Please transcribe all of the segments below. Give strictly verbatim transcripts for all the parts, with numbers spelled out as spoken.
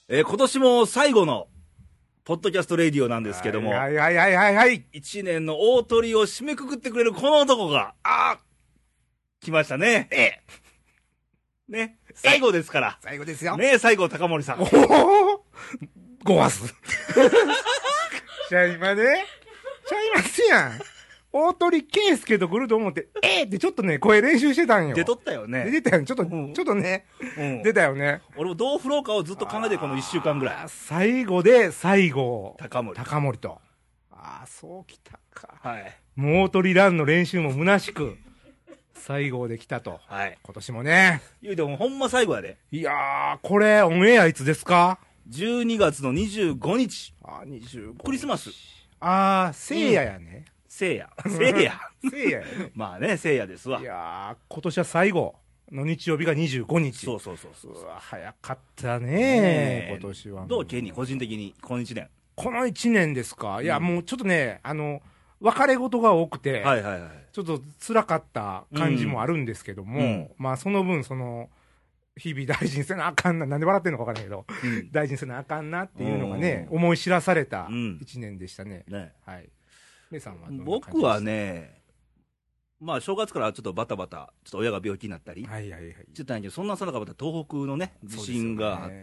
えー、今年も最後のポッドキャストレディオなんですけども、 はいはいはいはいはい。 一年の大鳥を締めくくってくれるこの男が、あ来ましたね。ええ。ね、最後ですから。 最後ですよ。 ねえ、西郷隆盛さん。 おおごわす。ちゃいまね。ちゃいますやん。大鳥圭介と来ると思って、えーってちょっとね、声練習してたんよ。 出とったよね。 出てたよね。ちょっと、うん、ちょっとね、うん、出たよね。 俺もどう振ろうかをずっと考えてこのいっしゅうかんぐらい。 最後で西郷隆盛。 隆盛と。ああ、そうきたか。 はい。 もう大鳥ランの練習も虚しく、西郷できたと。 はい。 今年もね。 言うてもほんま最後やで。 いやー、これ、オンエアいつですか ? じゅうにがつのにじゅうごにち。 あー、にじゅうごにち。 クリスマス。 あー、聖夜やね。 聖夜。聖夜。 聖夜やね。 まあね、聖夜ですわ。 いやー、今年は最後の日曜日がにじゅうごにち。 そうそうそうそう。 うわ、早かったねー、今年は。 どうケニー、個人的に、このいちねん。 このいちねんですか。いや、うん、もうちょっとね、あの、別れ事が多くて、 はいはいはい。 ちょっと辛かった感じもあるんですけども、うん、まあその分、その、日々大事にせなあかんな、なんで笑ってんのか分からないけど、うん、大事にせなあかんなっていうのがね、思い知らされたいちねんでしたね。 うん、ね。 はい。レイさんは僕はね、まあ正月からちょっとバタバタ、ちょっと親が病気になったり、 はいはいはい。 ちょっとないけど、そんなさなかまた東北のね、地震があって、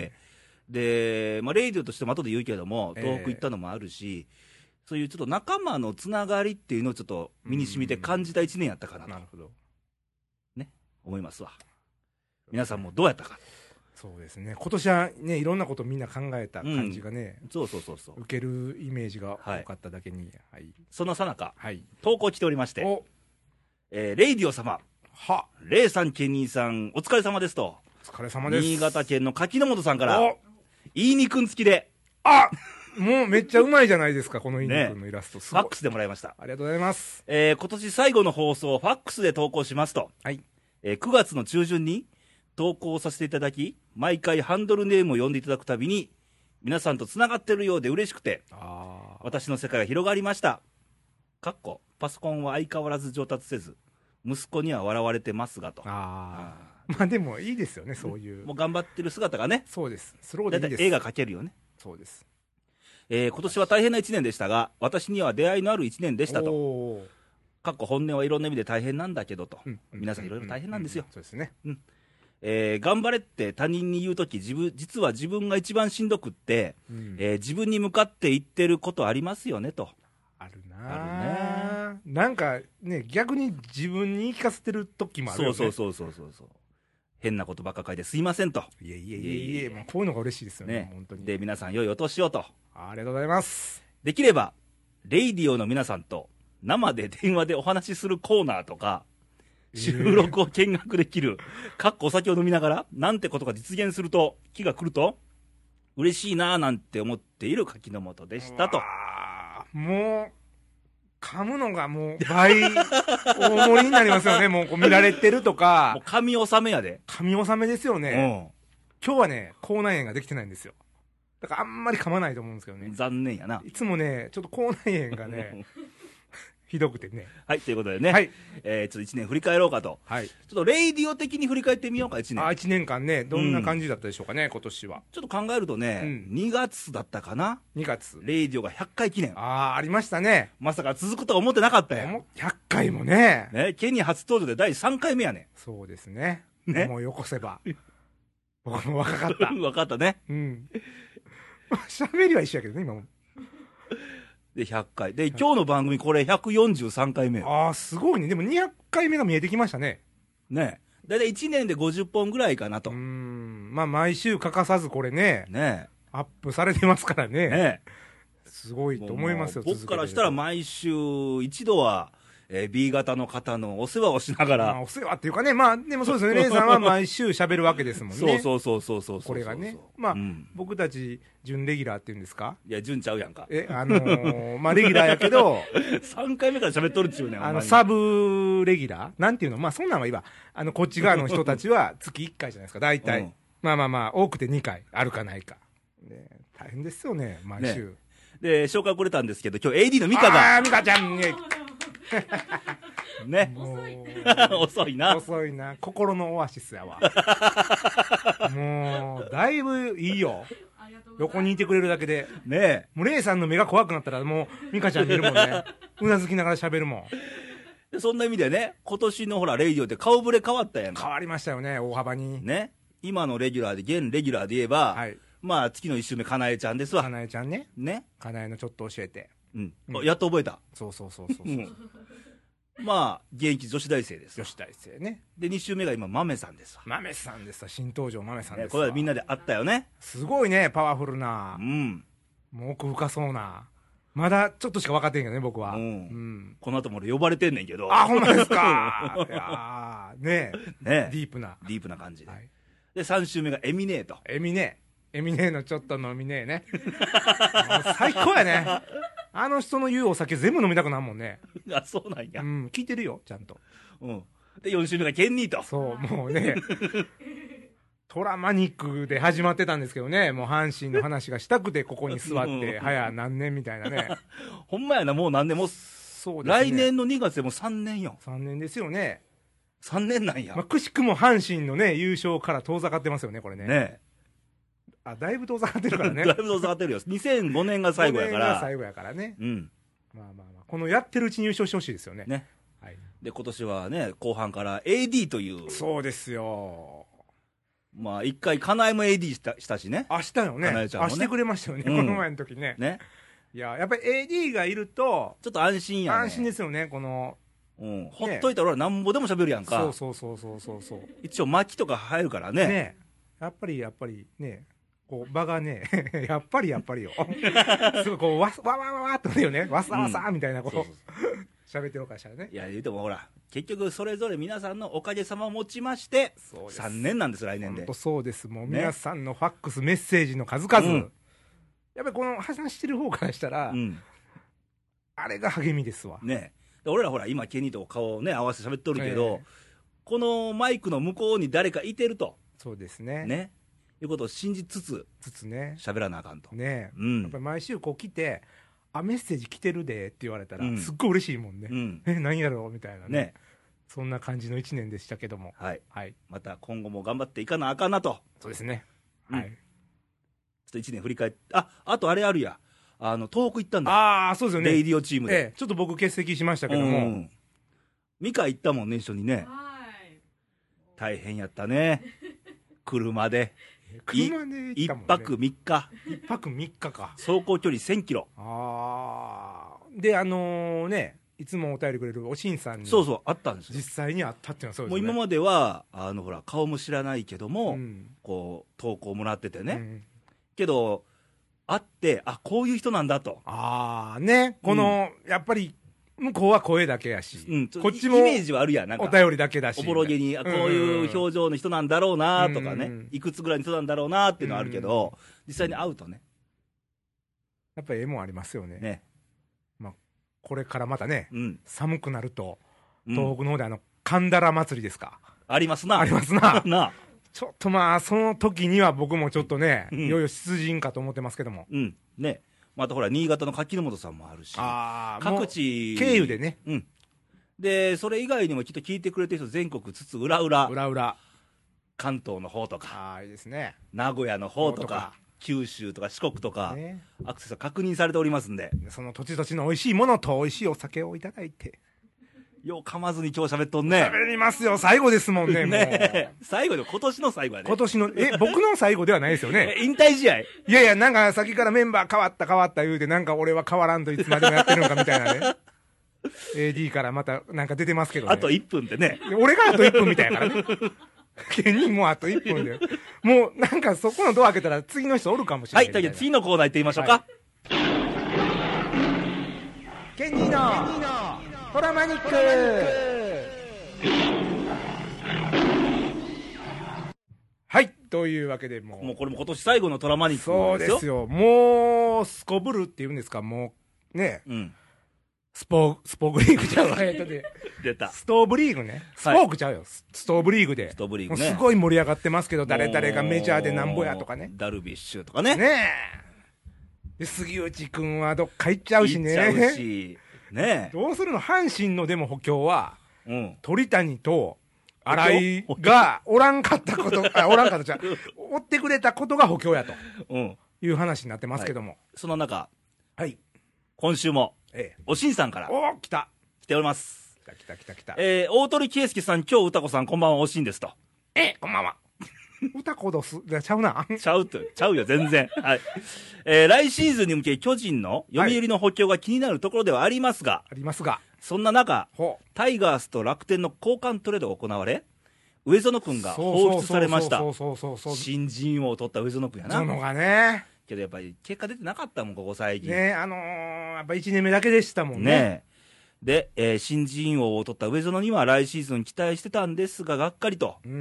で、まあレイディオとしても後で言うけども、東北行ったのもあるし、えーそういうちょっと仲間のつながりっていうのをちょっと身に染みて感じたいちねんやったかなと。 なるほど。 ね、思いますわ。皆さんもどうやったか。 そうですね。今年はね、いろんなことみんな考えた感じがね、 うん、そうそうそうそう。 受けるイメージが多かっただけに。はい。はい、 そのさなか、 はい、 投稿来ておりまして、 おえー、レイディオ様、 は、 レイさん、ケニーさん、お疲れ様ですと。 お疲れ様です。 新潟県の柿本さんから、いいにくん付きで、 あもうめっちゃうまいじゃないですか、このインディ君のイラスト、ね、 ファックスでもらいました。 ありがとうございます。 えー、今年最後の放送をファックスで投稿しますと。 はい。 えー、くがつの中旬に投稿させていただき、毎回ハンドルネームを呼んでいただくたびに、皆さんと繋がってるようで嬉しくて、あ私の世界が広がりました。かっこ、パソコンは相変わらず上達せず、息子には笑われてますがと。 ああ。まあでもいいですよね、そういう。 もう頑張ってる姿がね。 そうです。スローでいいです。 絵が描けるよね。 そうです。 えー、今年は大変な一年でしたが、私には出会いのある一年でしたと。かっこ本音はいろんな意味で大変なんだけどと。うんうん、皆さんいろいろ大変なんですよ。 そうですね。 うん。えー、頑張れって他人に言うとき、自分、実は自分が一番しんどくって、うん、えー、自分に向かって言ってることありますよねと。 あるなあるね。なんかね、逆に自分に言い聞かせてる時もあるよね。 そうそうそうそうそう。変なことばっか書いてすいませんと。 いえいえいえいえ、もうこういうのが嬉しいですよね、ね、本当に。 で、皆さん良いお年をと。 ありがとうございます。 できれば、レイディオの皆さんと生で電話でお話しするコーナーとか、収録を見学できる、かっこお酒を飲みながら、なんてことが実現すると、気が来ると、嬉しいなぁなんて思っている柿の本でしたと。 もう、噛むのがもう倍大盛りになりますよね。もうこう見られてるとか。もう神納めやで。 神納めですよね。うん、今日はね、口内炎ができてないんですよ。だからあんまり噛まないと思うんですけどね。 残念やな。 いつもね、ちょっと口内炎がね、ひどくてね。 はい、ということでね。はい。えー、ちょっといちねん振り返ろうかと。はい。ちょっとレイディオ的に振り返ってみようか、いちねん。 あ、いちねんかんね、どんな感じだったでしょうかね、うん、今年は。 ちょっと考えるとね、うん、にがつだったかな。 にがつ。 レイディオがひゃっかい記念。 ああ、ありましたね。 まさか続くとは思ってなかったよ。 ひゃっかいもね。 ね、ケニー初登場でだいさんかいめやね。 そうですね。ね。もうよこせば。僕も若かった。 若かったね。 うん。喋りは一緒やけどね、今も。 で、ひゃっかい。で、今日の番組これひゃくよんじゅうさんかいめ。 ああ、すごいね。でもにひゃっかいめが見えてきましたね。 ね。だいたいいちねんでごじゅっぽんぐらいかなと。 うん。まあ、毎週欠かさずこれね。 ね。 アップされてますからね。 ね。 すごいと思いますよ。 僕からしたら毎週一度は、えー、B 型の方のお世話をしながら。まあ、お世話っていうかね、まあ、でもそうですよね。レイさんは毎週喋るわけですもんね。 そうそうそうそうそう。 これがね。まあ、うん、僕たち、準レギュラーっていうんですか？ いや、準ちゃうやんか。 え、あのー、まあ、レギュラーやけど、 さんかいめから喋っとるっちゅうねん。 あの、サブレギュラーなんていうの？まあ、そんなんはいいわ。あの、こっち側の人たちは月いっかいじゃないですか、大体。うん、まあまあまあ、多くてにかい、あるかないか。ね、大変ですよね、毎週。 ね、で、紹介をくれたんですけど、今日 エーディー のミカが。 ああ、ミカちゃんね。 ね。遅いな。 遅いな。心のオアシスやわ。もう、だいぶいいよ。横にいてくれるだけで。 ねえ。 もう、レイさんの目が怖くなったら、もう、ミカちゃん見るもんね。うなずきながら喋るもん。そんな意味でね、今年のほら、レイディオって顔ぶれ変わったやんか。 変わりましたよね、大幅に。 ね。今のレギュラーで、現レギュラーで言えば、はい、まあ、月の一週目、かなえちゃんですわ。 かなえちゃんね。 ね。 かなえのちょっと教えて。 うん。うん、やっと覚えた。 そうそうそうそうそう。うんまあ、現役女子大生です。 女子大生ね。 で、に週目が今、豆さんですわ。 豆さんですわ。新登場豆さんですわ。 ね、これはみんなで会ったよね。 すごいね、パワフルな。 うん。 もう奥深そうな。まだちょっとしか分かってんけどね、僕は。うん。うん、この後も俺呼ばれてんねんけど。 あ、ほんまですか。いやねえ。ねディープな。 ディープな感じで。はい、で、さん週目がエミネーと。 エミネー。エミネーのちょっと飲みねえね。最高やね。あの人の言うお酒全部飲みたくなるもんね。 あ、そうなんや。 うん、聞いてるよ、ちゃんと。 うん。で、よん週目がケンニーと。 そう、もうね、トラマニックで始まってたんですけどね、もう阪神の話がしたくてここに座って、早何年みたいなね。 ほんまやな、もう何年も、そうですね。来年のにがつでもさんねんよ。 さんねんですよね。 さんねんなんや。 まあ、くしくも阪神のね、優勝から遠ざかってますよね、これね。 ねあ、だいぶ遠ざかってるからね。 だいぶ遠ざかってるよ。にせんごねんが最後やから。 ごねんが最後やからね。 うん。 まあまあまあ。このやってるうちに優勝してほしいですよね。 ね。はい。で、今年はね、後半から エーディー という。 そうですよ。 まあ、一回、かなえも エーディー した、したしね。 あ、したよね。かなえちゃんもね。あ、してくれましたよね、うん、この前の時ね。 ね。 いや、やっぱり エーディー がいると、 ちょっと安心やね。 安心ですよね、この。 うん。ほっといたら俺はなんぼでも喋るやんか。 そうそうそうそうそうそう。 一応、巻きとか入るからね。 ね。やっぱり、やっぱりね。こう場がね、やっぱりやっぱりよ。すごいこう、わわわわわってよね、わさわさみたいなこと、喋ってるからしたらね。 いや、言うてもほら、結局それぞれ皆さんのおかげさまをもちまして、さんねんなんです、来年で。 本当そうです。もう皆さんのファックス、メッセージの数々。やっぱりこの話してる方からしたら、あれが励みですわ。 ね。俺らほら、今、ケニーと顔をね、合わせて喋っとるけど、このマイクの向こうに誰かいてると。 そうですね。 ね。いうことを信じつつ、 つつね、 喋らなあかんと。 ね、うん、やっぱり毎週こう来て、あ、メッセージ来てるでって言われたら、うん、すっごい嬉しいもんね。うん、え、何やろうみたいなね。ね、そんな感じのいちねんでしたけども。 はい。はい。また今後も頑張っていかなあかんなと。 そうですね。はい。ちょっといちねん振り返って、あ、あとあれあるや。あの、東北行ったんだ。 ああ、そうですよね。 レイディオチームで。ええ、ちょっと僕欠席しましたけども。うん、 ミカ行ったもんね、一緒にね。はい。大変やったね。車で。 車で行ったもんね。 一泊三日。 一泊三日か。 走行距離せんキロ。 ああ。で、あのー、ね、いつもお便りくれるおしんさんに。 そうそう、あったんですよ。 実際にあったっていうのはそうですね。もう今までは、あの、ほら、顔も知らないけども、うん、こう、投稿もらっててね。うん、けど、会って、あ、こういう人なんだと。 ああ、ね。この、うん、やっぱり、向こうは声だけやし、 うん、こっちもイメージはあるやん、なんかお便りだけだし、 おぼろげに、こういう表情の人なんだろうなとかね、うん、いくつぐらいの人なんだろうなっていうのはあるけど、うん、実際に会うとね、 やっぱり絵もありますよね。 ね、 まあ、これからまたね、うん、寒くなると、 うん、 東北の方であの、神田ら祭りですか。 ありますな。 ありますな。なちょっとまあ、その時には僕もちょっとね、うん、いよいよ出陣かと思ってますけども。 うん、ね。またほら、新潟の柿本さんもあるし、 あ各地、 経由でね。 うん。で、それ以外にもきっと聞いてくれてる人、全国つつ裏裏。 裏裏。 関東の方とか。 ああ、いいですね。 名古屋の方とか、とか九州とか四国とか、ね、アクセスが確認されておりますんで。 その土地土地の美味しいものと美味しいお酒をいただいて。 よう噛まずに今日喋っとんね。 喋りますよ。最後ですもんね。 ね最後で今年の最後やね。 今年の、え、僕の最後ではないですよね。 引退試合。 いやいや、なんか先からメンバー変わった変わった言うて、なんか俺は変わらんといつまでもやってるのかみたいなね。エーディー からまたなんか出てますけどね。 あといっぷんでね。 俺があといっぷんみたいやからね。ケニーもあといっぷんで。もうなんかそこのドア開けたら次の人おるかもしれない。 はい、じゃあ次のコーナー行ってみましょうか。はい、 ケニーのトラマニック。はい、というわけでもう。 もうこれも今年最後のトラマニックなんですよ。 そうですよ。もう、すこぶるって言うんですか、もう、ね。うん。スポ、スポークリーグちゃうわ。えっとで。 出た。 ストーブリーグね。スポークちゃうよ。はい、ストーブリーグで。 ストーブリーグね。 すごい盛り上がってますけど、誰々がメジャーでなんぼやとかね。 ダルビッシュとかね。 ねえ。で、杉内くんはどっか行っちゃうしね。 行っちゃうし。 ねえ。 どうするの阪神のでも補強は、 うん。 鳥谷と新井がおらんかったこと、あ、おらんかったじゃん、追ってくれたことが補強やと。うん。いう話になってますけども。はい、 その中、 はい。 今週も、ええ、おしんさんから。 おー、来た。 来ております。 来た来た来た来た。 えー、大鳥圭介さん、今日歌子さん、こんばんは、おしんですと。 え、こんばんは。歌子どす、ちゃうな。 ちゃうと、ちゃうよ、全然。はい。えー、来シーズンに向け、巨人の読売の補強が気になるところではありますが、はい、 ありますが、 そんな中、タイガースと楽天の交換トレードが行われ、上園君が放出されました。新人王を取った上園君やな。 園がね。 けどやっぱり結果出てなかったもん、ここ最近。 ね、あのー、やっぱいちねんめだけでしたもんね。 ねで、えー、新人王を取った上園には来シーズン期待してたんですが、がっかりと。うん。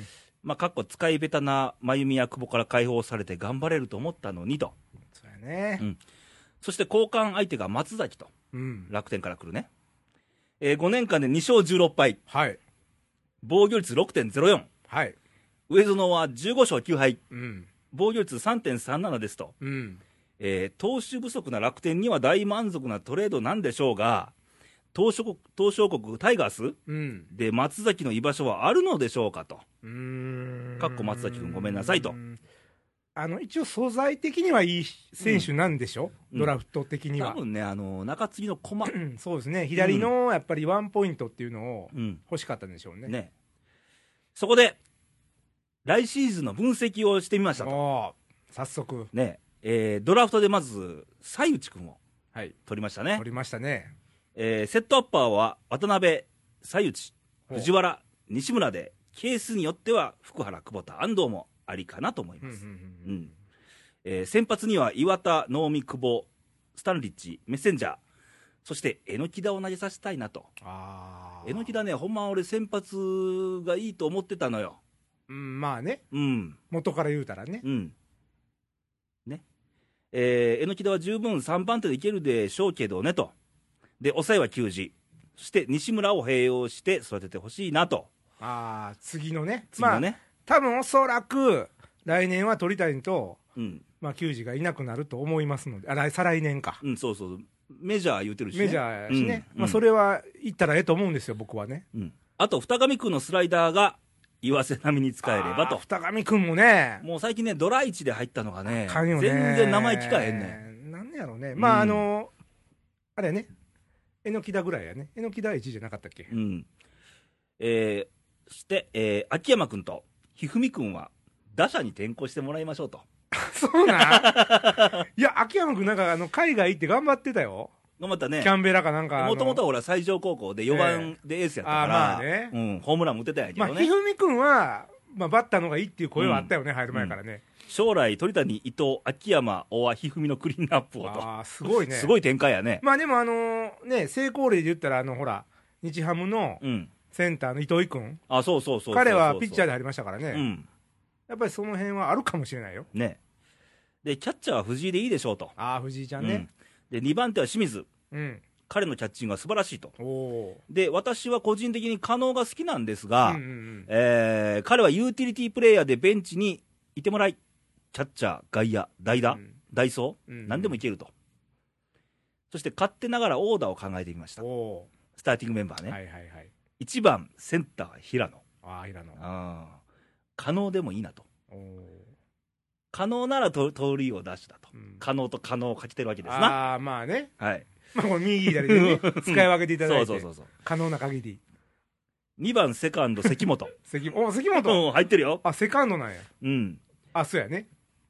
まあ、かっこ使い下手な真由美や久保から解放されて頑張れると思ったのにと。 そうやね。うん。 そして交換相手が松崎と。うん。楽天から来るね。えー、ごねんかんでにしょうじゅうろっぱい。はい。防御率 ろくてんゼロよん。はい。上園はじゅうごしょうきゅうはい。うん。防御率 さんてんさんなな ですと。うん。えー、投手不足な楽天には大満足なトレードなんでしょうが、東証国、東証国タイガース、うん、で松崎の居場所はあるのでしょうかと。うーん。かっこ松崎君ごめんなさいと。 あの一応素材的にはいい選手なんでしょ、うん、ドラフト的には。 多分ね、あの中継ぎの駒そうですね、左のやっぱりワンポイントっていうのを欲しかったんでしょうね。うん、ね。 そこで来シーズンの分析をしてみましたと。 早速ね、えー、ドラフトでまず西内君を取りましたね。 取りましたね。 えー、セットアッパーは渡辺、西内、藤原、西村で、ケースによっては福原、久保田、安藤もありかなと思います。先発には岩田、能見、久保、スタンリッチ、メッセンジャー、そして榎田を投げさせたいなと。榎田ね、ほんま俺、先発がいいと思ってたのよ。 うん、まあね、うん、元から言うたらね。うんねえー、榎田は十分さんばん手でいけるでしょうけどねと。で抑えは球児、そして西村を併用して育ててほしいなと。 ああ、次のね、次のね、まあ、多分おそらく来年は鳥谷と、うんまあ、球児がいなくなると思いますので、あ来再来年か、 うん、そうそう、メジャー言うてるし、ね、 メジャーやしね、うんまあ、それは言ったらええと思うんですよ、僕はね。 うん、あと、二上君のスライダーが岩瀬並みに使えればと。 二上君もね、 もう最近ね、ドライチで入ったのがね、ね全然名前聞かへんねん。なんやろうね、まあ、あの、うん、あれね。榎田ぐらいやね。榎田いちじゃなかったっけ。うん。 えー、そして、えー、秋山君と一二三君は打者に転向してもらいましょうと。 そうなんいや、秋山君なんかあの海外行って頑張ってたよ。 頑張ったね。 キャンベラかなんか。 もともとは俺は西条高校でよばんでエースやったから、えー、あまあね、うん、ホームランも打てたんやけどね。 まあ、一二三君は、まあ、バッターの方がいいっていう声はあったよね、うん、入る前からね。 うん、将来、鳥谷、伊藤、秋山、大和、一二三のクリーンアップをと。 ああ、すごいね。 すごい展開やね。 まあでも、あのー、ね、成功例で言ったら、あの、ほら、日ハムのセンターの糸井君。 あ、そうそうそう。 彼はピッチャーで入りましたからね。うん。やっぱりその辺はあるかもしれないよ。 ね。で、キャッチャーは藤井でいいでしょうと。 ああ、藤井ちゃんね。うん、 で、にばん手は清水。うん。彼のキャッチングは素晴らしいと。で、私は個人的に加納が好きなんですが、うんうんうんえー、彼はユーティリティプレイヤーでベンチにいてもらい、キャッチャー、外野、代打、うん、ダイソー、うんうん、何でもいけると。そして勝手ながらオーダーを考えてみました。スターティングメンバーね。はいはいはい、いちばんセンター平野。 ああ、平野。 あ加納でもいいなと。加納なら盗塁を出したと。うん、加納と加納をかけてるわけですな。 ああ、まあね。 はい。 まあこれ右左でね、使い分けていただいて、そうそうそうそう可能な限り。 にばんセカンド関本。 関お関本、 うん、入ってるよ。 あ、セカンドなんや。うん。あ、そうやね。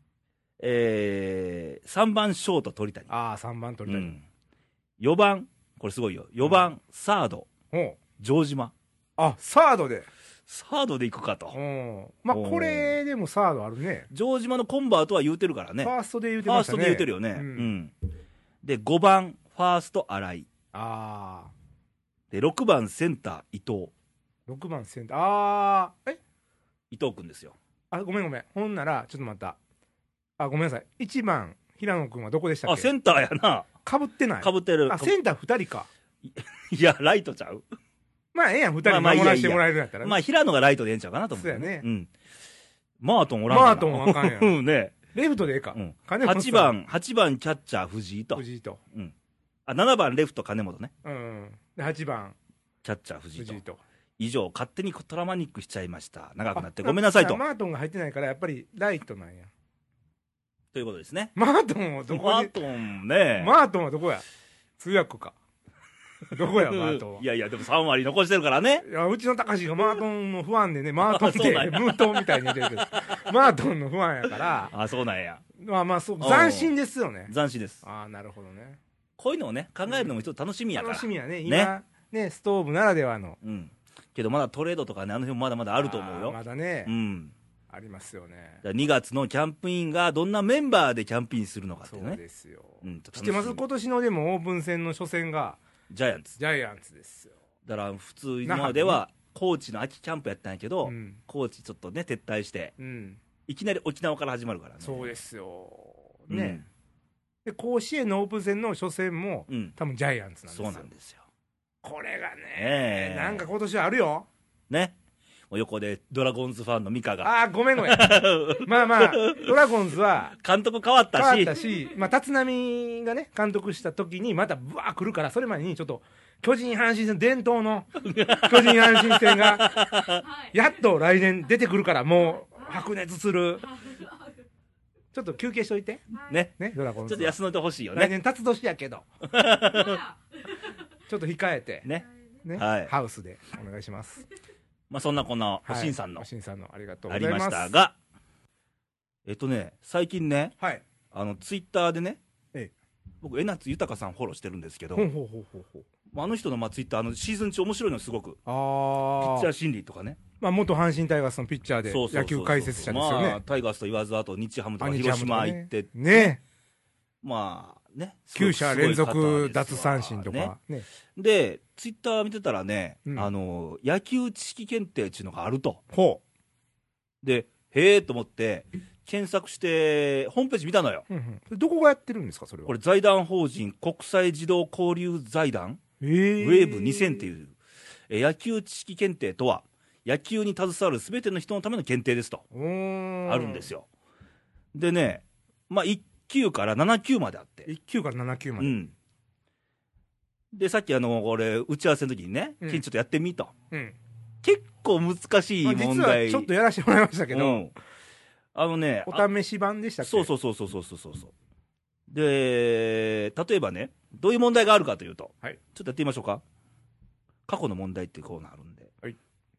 えー、さんばんショート鳥谷。 ああ、さんばん鳥谷。うん、 よばん、これすごいよ。よばん、うん、サード。城島。 あ、サードで。 サードで行くかと。うん。 まあこれでもサードあるね。 城島のコンバートは言うてるからね。 ファーストで言うてましたね。 ファーストで言うてるよね。うん。うん、で、ごばん、ファースト、新井。ああ。で、ろくばん、センター、伊藤。 ろくばん、センター、ああ。え伊藤君ですよ。 あ、ごめんごめん。ほんなら、ちょっと待った。あ、ごめんなさい。いちばん、平野君はどこでしたっけ。 あ、センターやな。 かぶってない。 かぶってる。 あ、センターふたりか。 いや、ライトちゃう。 まあ、ええやん、ふたり守らせてもらえるんやったらね。 まあ、平野がライトでええんちゃうかなと思う。 そうやね。うん。 マートンおらんかな。 マートンはあかんやん。 ね。 レフトでええか。 うん。はちばん、はちばんキャッチャー藤井と。 藤井と。うん。 あ、ななばんレフト金本ね。 うん。で、はちばん。 キャッチャー藤井と。 藤井と。 以上、勝手にトラマニックしちゃいました。長くなってごめんなさいと。 マートンが入ってないから、やっぱりライトなんや。 ということですね。 マートンはどこにマートンね。 マートンはどこや通訳か。どこや、マートンは。 いやいや、でもさん割残してるからね。 いや、うちの高志がマートンの不安でね、マートンってムートンみたいに言ってるけど、マートンの不安やから。 あ、そうなんや。 まあまあ、そう、斬新ですよね。 斬新です。 ああ、なるほどね。 こういうのをね、考えるのも一つ楽しみやから。 楽しみやね。今、ね、ストーブならではの。 うん。けどまだトレードとかね、あの辺もまだまだあると思うよ。 まだね。 うん。 ありますよね。 にがつのキャンプインがどんなメンバーでキャンプインするのかってね。 そうですよ。 うん、 知ってます？今年のでもオープン戦の初戦がジャイアンツ。 ジャイアンツですよ。 だから普通今までは高知の秋キャンプやったんやけど、うん、高知ちょっとね撤退して、うん、いきなり沖縄から始まるからね。 そうですよ。ね。うん、で甲子園のオープン戦の初戦も、うん、多分ジャイアンツなんですよ。 そうなんですよ。 これがね、えー、なんか今年はあるよ。 ね。横でドラゴンズファンのミカが。 ああ、ごめんごめん。まあまあ、ドラゴンズは。 監督変わったし。 変わったし、まあ、立浪がね、監督した時にまたブワー来るから、それまでにちょっと、巨人阪神戦、伝統の巨人阪神戦が、やっと来年出てくるから、もう白熱する。ちょっと休憩しといて。 ね。 ね、ドラゴンズ。 ちょっと休んでほしいよね。 来年、辰年やけど。ちょっと控えて。 ね。 ね。はい。ハウスでお願いします。 まあそんなこのおしんさんの、 おしんさんのありがとうございます。 ありましたが、えっとね、最近ね、 はい、あのツイッターでね、 ええ、 僕江夏豊さんフォローしてるんですけど、 ほうほうほうほうほう、 あの人のまあツイッターのシーズン中面白いのすごく、 あピッチャー心理とかね、 まあ元阪神タイガースのピッチャーで野球解説者ですよね。 まあタイガースと言わずあと日ハムとか広島行ってね、ね、 まあね、 きゅうしゃ連続奪三振とか、ねね、でツイッター見てたらね、うん、あの野球知識検定っていうのがあると。 ほうで、へえと思って検索してホームページ見たのよ、 うんうん、どこがやってるんですかそれは。 これ財団法人国際児童交流財団、 えー、 ウェーブにせんっていう、え野球知識検定とは野球に携わるすべての人のための検定ですとあるんですよ。でね、まあいっきゅうからななきゅうまであって、 いっきゅうからななきゅうまで、うん、 でさっきあの俺打ち合わせの時にね、うん、ちょっとやってみと、 うん、 結構難しい問題、 まあ、実はちょっとやらせてもらいましたけど、うん、 あのね、 お試し版でしたっけ。 そうそうそうそうそうそうそうで、例えばね、どういう問題があるかというと、 はい、 ちょっとやってみましょうか。過去の問題っていうコーナーあるんで、 はい、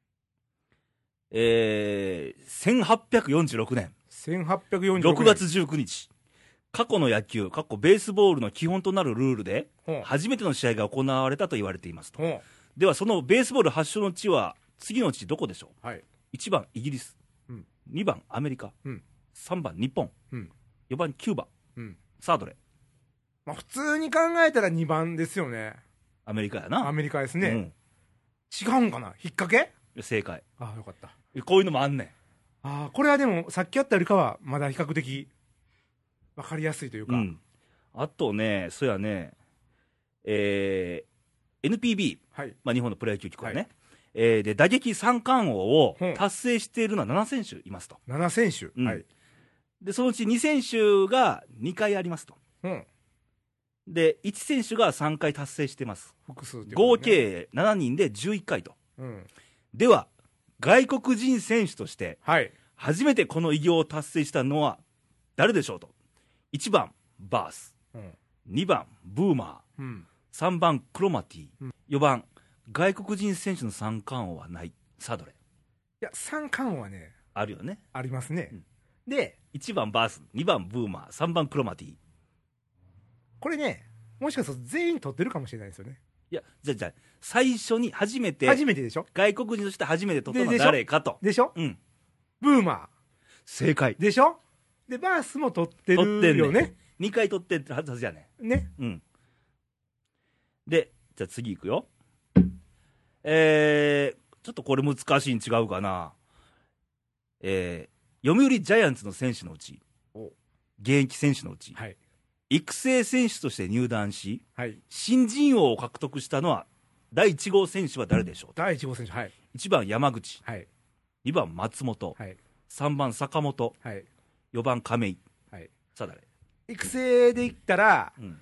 えー、せんはっぴゃくよんじゅうろくねんせんはっぴゃくよんじゅうろくねんろくがつじゅうくにち、過去の野球、過去ベースボールの基本となるルールで初めての試合が行われたと言われていますと。ではそのベースボール発祥の地は次のうちどこでしょう。 はい、 いちばんイギリス、うん、にばんアメリカ、うん、さんばん日本、うん、よんばんキューバ、うん、さあどれ。 まあ、普通に考えたらにばんですよね。 アメリカやな。 アメリカですね、うん、違うんかな。引っ掛け。 正解。 ああよかった。 こういうのもあんねん。 ああこれはでもさっきやったよりかはまだ比較的分かりやすいというか、うん、 あとね、そうやね、えー、エヌピービー、 はい、 まあ、日本のプロ野球機構ね、はい、えー、で打撃三冠王を達成しているのはななせんしゅいますと。 ななせんしゅ、うん、はい、 でそのうちにせんしゅがにかいありますと、うん、でいちせんしゅがさんかい達成してます。 複数、ね、 合計しちにんでじゅういっかいと、うん、では外国人選手として初めてこの偉業を達成したのは誰でしょうと。いちばんバース、うん、にばんブーマー、うん、さんばんクロマティ、うん、よんばん外国人選手の三冠王はない。さあどれ。いや三冠王はねあるよね。 ありますね、うん、でいちばんバース、にばんブーマー、さんばんクロマティ。 これねもしかすると全員取ってるかもしれないですよね。 いやじゃあじゃあ最初に初めて初めてでしょ。 外国人として初めて取ったのは誰かと。 でしょ。 うん。 ブーマー正解でしょ。でバースも取ってるよね。ねにかい取ってるはずやねね。 うん。でじゃあ次いくよ。えー、ちょっとこれ難しいん違うかな。えー、読売ジャイアンツの選手のうち、現役選手のうち、はい、育成選手として入団し、はい、新人王を獲得したのはだいいち号選手は誰でしょう。 だいいち号選手、はい、 いちばん山口、 はい、 にばん松本、はい、さんばん坂本、はい、よんばん亀井、はい、さあ誰。 育成でいったら、うん、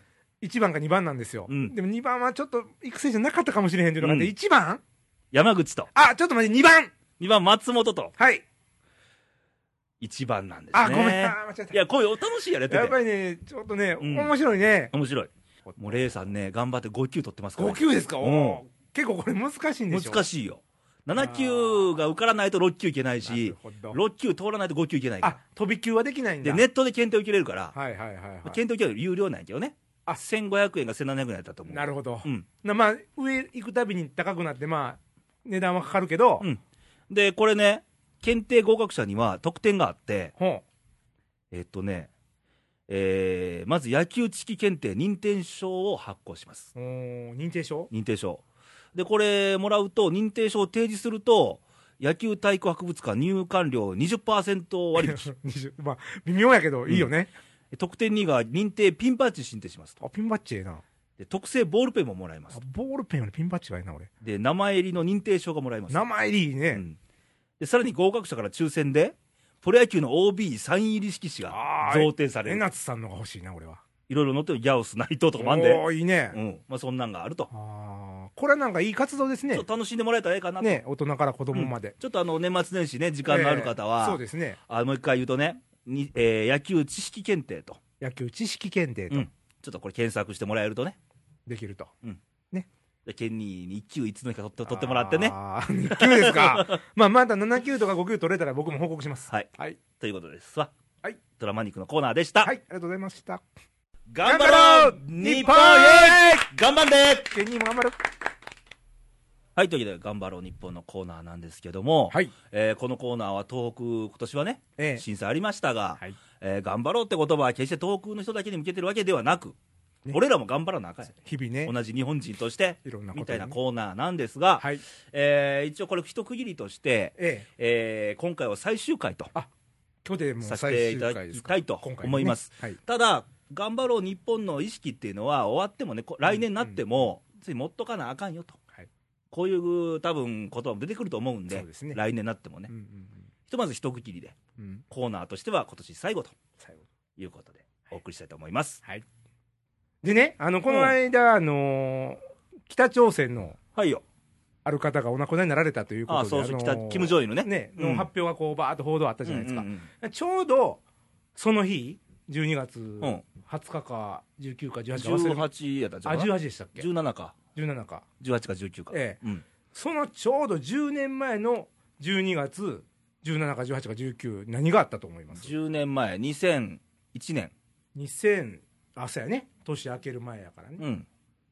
いちばんかにばんなんですよ、 うん、 でもにばんはちょっと育成じゃなかったかもしれへんっていうのがあって、うん、いちばん山口と、 あ、ちょっと待って、にばんにばん松本と、 はい、 いちばんなんですね。 あ、ごめん、あ、間違えた。 いや、こういうお楽しいやれてて、 やっぱりね、ちょっとね、うん、面白いね。 面白い。もうレイさんね、頑張ってごきゅう取ってますから、ね、 ごきゅうですか、うん、結構これ難しいんでしょ。 難しいよ。ななきゅうが受からないとろっきゅういけないし、ろっきゅう通らないとごきゅういけないから。 あ、飛び級はできないんだ。 で、ネットで検定受けれるから、 はいはいはい、はい、 検定受ける有料なんやけどね。あ、せんごひゃくえんがせんななひゃくえんやったと思う。 なるほど。 うん。 まあ、上行くたびに高くなって、まあ、値段はかかるけど。 うん。で、これね、検定合格者には特典があって、 ほう。 えっとね、えー、まず野球知識検定認定証を発行します。 おー、認定証認定証。で、これもらうと、認定証を提示すると、野球体育博物館入館料 にじゅっパーセント 割引。 まあ、微妙やけど、いいよね。 うん、特典にが認定ピンバッジ申請しますと。 あ、ピンバッジええな。 で、特製ボールペンももらえます。 ボールペンよりピンバッジがいいな、俺。 で、名前入りの認定証がもらえます。 名前入りいいね。 うん、で、さらに合格者から抽選で、プロ野球の オービー サイン入り色紙が贈呈される。 江夏さんのが欲しいな、俺は。 いろいろ載ってるギャオス、内藤とかもあんで。 おー、いいね。 うん。まあ、そんなんがあると。 ああ、これはなんかいい活動ですね。 ちょっと楽しんでもらえたらええかなと。 ね、大人から子供まで。うん、 ちょっとあの、年末年始ね、時間のある方は、 えー、そうですね。 あ、もう一回言うとね、にえー、野球知識検定と。 野球知識検定と、うん。 ちょっとこれ検索してもらえるとね。 できると。 うん。 ね。 で、県にいっ級いつの日か取って取ってもらってね。 ああ、いっ級ですか。まあ、まだなな級とかご級取れたら僕も報告します。 はい。 はい。 ということですわ。 はい。 ドラマニックのコーナーでした。 はい。ありがとうございました。 頑張ろう日本へ頑張んで県にも頑張る。 はい。というわけで、頑張ろう日本のコーナーなんですけども、 はい。 えー、このコーナーは東北、今年はね、 ええ、 震災ありましたが、 はい、 えー、頑張ろうって言葉は決して東北の人だけに向けてるわけではなく、ね、俺らも頑張らなあかんや、 日々ね、 同じ日本人としていろんなこと、ね、 みたいなコーナーなんですが、 はい、 えー、一応これ一区切りとして、 えええー、今回は最終回とあ今日でもうさせていただきたいと思います、 ねはい、 ただ頑張ろう日本の意識っていうのは終わってもね、来年になっても、うんうん、つい持っとかなあかんよと、はい、こういう多分言葉も出てくると思うんで、ね、来年になってもね、うんうんうん、ひとまず一区切りで、うん、コーナーとしては今年最後ということでお送りしたいと思います、 はいはい。でね、あのこの間、あのー、北朝鮮のはいよある方がお亡くなりになられたということで、あそうそう、北キム・ジョンイルね、 ね、の発表がこうバーッと報道あったじゃないですか、 うんうんうん、ちょうどその日、じゅうにがつはつかかじゅうくかじゅうはちか忘れじゅうはちやったじゃん。 あ、じゅうはちでしたっけ？ じゅうななか。 じゅうななか。 じゅうはちかじゅうきゅうか。 ええ、 うん、 そのちょうどじゅうねんまえのじゅうにがつじゅうななかじゅうはちかじゅうきゅう、何があったと思います？ じゅうねんまえ、にせんいちねん。 にせん、あ、そうやね。年明ける前やからね。 うん。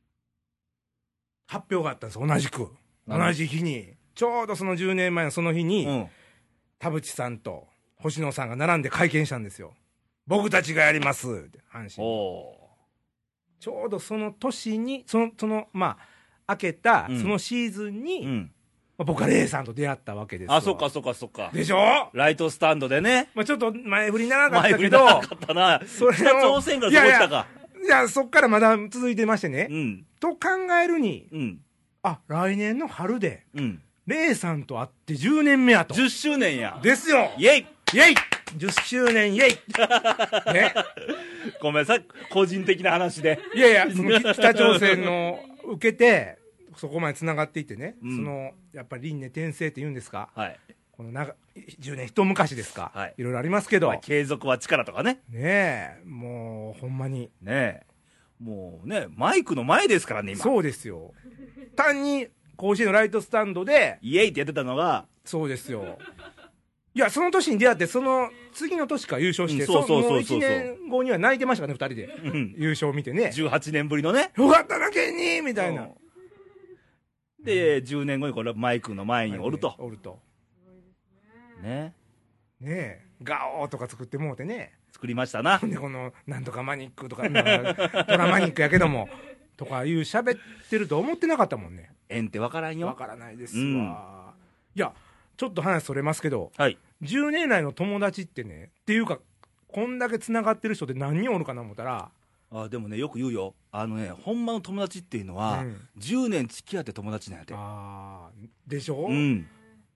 発表があったんです、同じく。同じ日に。ちょうどそのじゅうねんまえのその日に、うん、田淵さんと星野さんが並んで会見したんですよ。僕たちがやりますって阪神。ちょうどその年に、その、その、まあ、明けた、そのシーズンに、うんうんまあ、僕はレイさんと出会ったわけですよ。 あ、そっかそっかそっか。 でしょライトスタンドでね。 まあちょっと前振り長かったけど。 前振り長かったな。それ北朝鮮からそこ来たか。 いやいや、いやそっからまだ続いてましてね。 うん、 と考えるに、 うん、 あ、来年の春で、 うん、 レイさんと会ってじゅうねんめやと。 じゅっしゅうねんや。 ですよ。 イェイイェイじゅっしゅうねんイェイね。 ごめんなさい、個人的な話で。 いやいや、その北朝鮮の受けて、そこまでつながっていってね、うん、そのやっぱり輪廻転生っていうんですか、 はい、 この長じゅうねん一昔ですか、 はい、 いろいろありますけど、まあ、 継続は力とかね。 ねえ、もうほんまに。 ねえ、もうね、マイクの前ですからね、今。 そうですよ。単に甲子園のライトスタンドで、 イエイってやってたのが、 そうですよ。いや、その年に出会って、その次の年から優勝して、 そうそうそうそう、 いちねんごには泣いてましたからね、ふたりで、うん、優勝を見てね。 じゅうはちねんぶりのね。 よかったな、ケニーみたいな。 で、じゅうねんごにこれマイクの前におると。 おると。 ね。 ねえ、ガオーとか作ってもうてね。 作りましたな。 で、この、なんとかマニックとか、ドラマニックやけども、とかいう喋ってると思ってなかったもんね。 縁ってわからんよ。 わからないですわ、うん。いや、ちょっと話それますけど、 はい、 じゅうねん来の友達ってね、っていうか、こんだけつながってる人って何人おるかな思ったら、 あでもね、よく言うよ、あのね、ほんまの友達っていうのは、うん、じゅうねん付き合って友達なんやて。 あでしょ、 うん、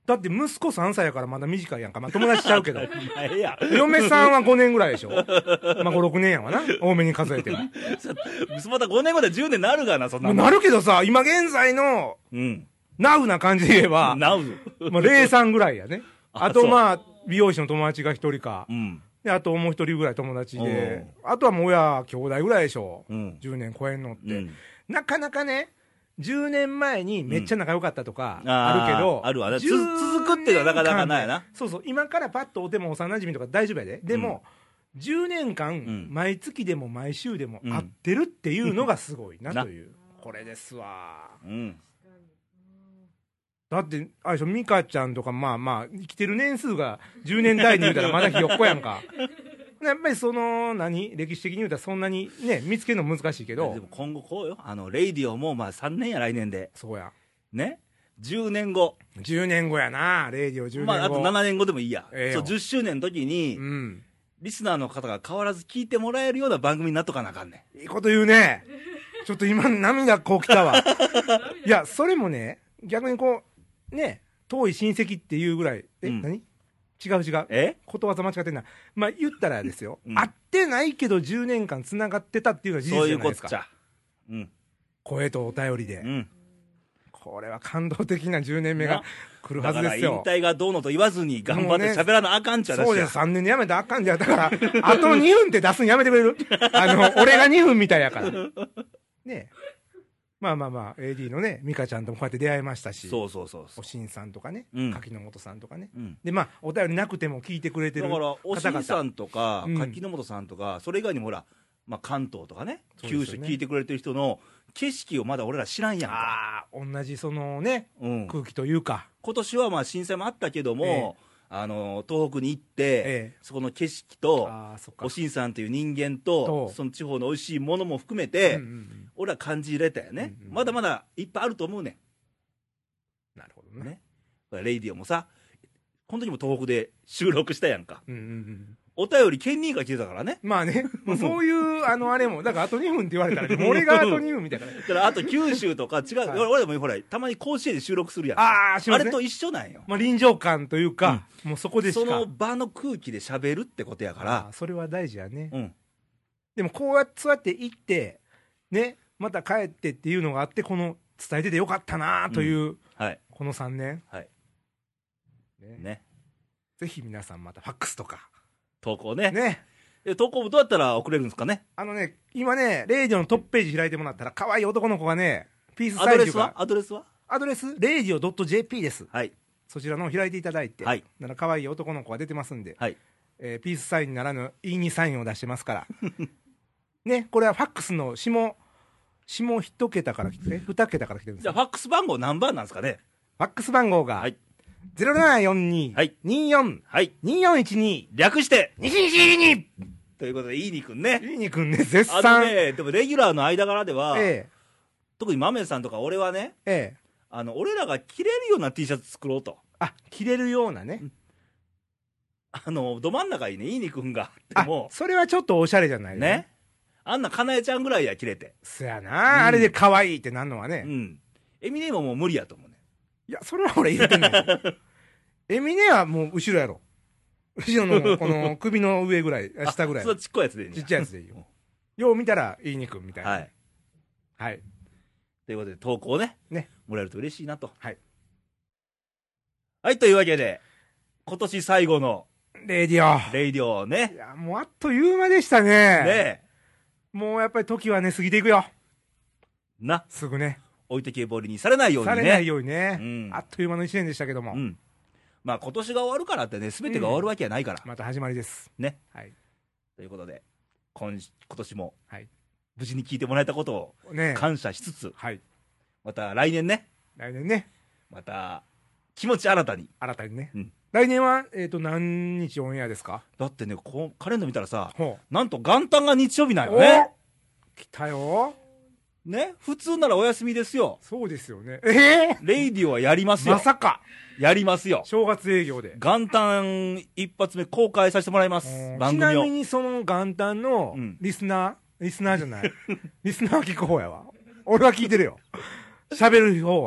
だって息子さんさいやからまだ短いやんか。まあ友達しちゃうけど。 えや。 嫁さんはごねんぐらいでしょ。まあご、ろくねんやわな。多めに数えても。 またごねんごでじゅうねんなるがな、そんな。 なるけどさ、今現在の、うん。ナウな感じで言えば、 ナウ。 まあゼロさんぐらいやね。あとまあ、美容師の友達が一人か。うん。で、あともう一人ぐらい友達で、あとはもう親、兄弟ぐらいでしょ。うん。じゅうねん超えんのって。うん、なかなかね、じゅうねんまえにめっちゃ仲良かったとか、あるけど、 うん、あるわね。続くっていうのはなかなかないな。 そうそう、今からパッとお手も幼馴染とか大丈夫やで。でも、うん、じゅうねんかん、毎月でも毎週でも会ってるっていうのがすごいなという。これですわ。うん。だって、あれでしょ、美香ちゃんとか、まあまあ、生きてる年数がじゅうねんだいに言うたらまだひよっこやんか。やっぱりその、何歴史的に言うたらそんなにね、見つけるの難しいけど。 でも今後こうよ。あの、レイディオもまあさんねんや来年で。 そうや。 ね。じゅうねんご。 じゅうねんごやな、レイディオじゅうねんご。 まああとななねんごでもいいや。えー、そう、じゅっしゅうねんの時に、うん、リスナーの方が変わらず聞いてもらえるような番組になっとかなあかんねん。いいこと言うね。ちょっと今涙こうきたわ。いや、それもね、逆にこう、ね、遠い親戚っていうぐらい、え、うん、何違う違う。えことわざ間違ってんな。まあ言ったらですよ。うん、会ってないけどじゅうねんかん繋がってたっていうのは事実じゃないですか。そういうこっちゃ。うん。声とお便りで。うん。これは感動的なじゅうねんめが来るはずですよ。 だから引退がどうのと言わずに頑張って喋らなあかんちゃう、ね、 そうです。さんねんでやめたらあかんじゃ。だから、あとにふんって出すんやめてくれるあの、俺がにふんみたいやから。ねえ。まあまあまあ、エーディー のね、美香ちゃんともこうやって出会いましたし、 そうそうそうおしんさんとかね、うん、柿の本さんとかね、うん、で、まあ、お便りなくても聞いてくれてる方々。 だから、おしんさんとか、柿の本さんとか、それ以外にもほら、まあ、関東とかね、九州聞いてくれてる人の景色をまだ俺ら知らんやんか。ああ、同じそのね、うん、空気というか。 今年はまあ震災もあったけども、えーあの東北に行って、ええ、そこの景色とおしんさんという人間とその地方の美味しいものも含めて、うんうんうん、俺は感じれたよね、うんうん、まだまだいっぱいあると思うねん。なるほどね。 レイディオもさ、この時も東北で収録したやんか、うんうんうん、お便りケンニーが来てたからね。 まあね、もうそういうあのあれもだからあとにふんって言われたら、ね、俺があとにふんみたいな。だからあと九州とか違う、はい、俺もほらたまに甲子園で収録するやん。 ああ、 しますね。あれと一緒なんよ。 まあ臨場感というか、うん、もうそこでしかその場の空気で喋るってことやから。 それは大事やね。うん。でもこうやってそうやって行ってね、また帰ってっていうのがあって、この伝えててよかったなという、うん、はい、このさんねん。はい。ね。ね。ぜひ皆さんまたファックスとか。 投稿ね。 ね。 え、投稿どうやったら送れるんですかね。 あのね、今ね、レイディオのトップページ開いてもらったら、可愛い男の子がね、ピースサイズが。 アドレスはアドレスはアドレス、レイディオ ドット ジェーピー です。 はい。 そちらのを開いていただいて、はい。なら可愛い男の子が出てますんで、はい。えー、ピースサインならぬ、いいにサインを出してますから。ね、これはファックスの下、下一桁から来て、二桁から来てるんです。 じゃあ、ファックス番号何番なんですかね。 ファックス番号が、はい。ゼロななよんに、にーよん、にーよんいちに、 略して、 にしにしにということで、いいにくんね。 いいにくんね、絶賛。 あのね、でもレギュラーの間柄では、ええ、特に豆さんとか俺はね、ええ、あの、俺らが着れるような T シャツ作ろうと。 あ、着れるようなね。 あの、ど真ん中にね、いいにくんがあっても。 それはちょっとおしゃれじゃないね。あんなかなえちゃんぐらいや、着れて。 そやな、うん、あれで可愛いってなんのはね。 うん。エミネももう無理やと思うね。 いや、それは俺言ってない。エミネはもう後ろやろ。後ろのこの首の上ぐらい、下ぐらい。 そのちっこいやつでいいちっちゃいやつでいいよ。よう見たら、いい肉みたいな。はい。はい。 ということで、投稿ね。ね。もらえると嬉しいなと。はい。はい、というわけで、今年最後の、 レイディオ。 レイディオね。 いや、もうあっという間でしたね。ねもうやっぱり時はね、過ぎていくよ。 な。 すぐね。 置いてけぼりにされないようにね。 されないようにね。うん、あっという間の一年でしたけども。うん。 まあ今年が終わるからってね、すべてが終わるわけはないから。 うん、また始まりです。 ね。はい。ということで、今今年も、はい、無事に聞いてもらえたことを感謝しつつ、ね、はい。また来年ね。 来年ね。 また、気持ち新たに。 新たにね。うん。来年は、えっと、何日オンエアですか？ だってね、こうカレンダー見たらさ、なんと元旦が日曜日なんよね。 来たよ。 ね、普通ならお休みですよ。 そうですよね。えー、レイディオはやりますよ。 まさか。 やりますよ。 正月営業で。 元旦一発目公開させてもらいます。番組を。 ちなみにその元旦のリスナー、うん、リスナーじゃない。リスナーは聞く方やわ。俺は聞いてるよ。喋る方は。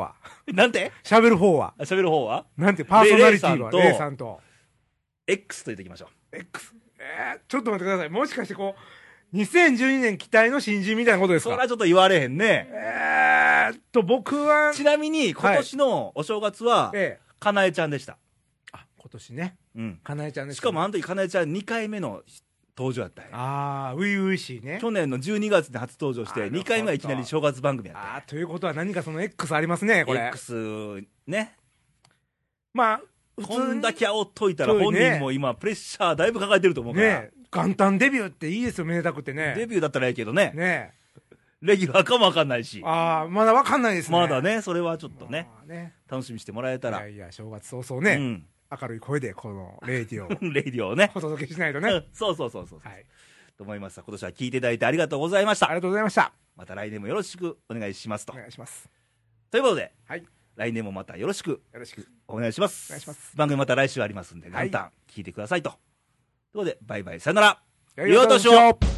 なんて喋る方は。 喋る方はなんて、パーソナリティは、 レイレイさんと。 X と言っておきましょう。X。えー、ちょっと待ってください。もしかしてこう、にせんじゅうにねん期待の新人みたいなことですか？ それはちょっと言われへんね。 えーっと、僕は。 ちなみに、今年のお正月は、 ええ、 かなえちゃんでした。 あ、今年ね。 うん。 かなえちゃんでした。しかもあの時かなえちゃんにかいめの登場やったんや。 ああ、初々しいね。 去年のじゅうにがつに初登場して、にかいめはいきなり正月番組やった。 ああ、ということは何かその X ありますね、これ。 X、ね。 まあ、 こんだけ煽っといたら本人も今プレッシャーだいぶ抱えてると思うから。 ね、元旦デビューっていいですよ、めでたくてね。 デビューだったらいいけどね。 ね。 レギュラーかもわかんないし。 ああ、まだわかんないですね。 まだね、それはちょっとね。 ね、 楽しみにしてもらえたら。 いやいや、正月早々ね。うん、明るい声でこのレイディオレイディオをねお届けしないとね。 そうそうそうそう。はい。と思います。今年は聞いていただいてありがとうございました。 ありがとうございました。 また来年もよろしくお願いしますと。 お願いします。 ということで、 はい。 来年もまたよろしくよろしくお願いします。 お願いします。 番組また来週ありますんで、元旦聞いてくださいと。ということで、バイバイ、さよなら。 良いお年を。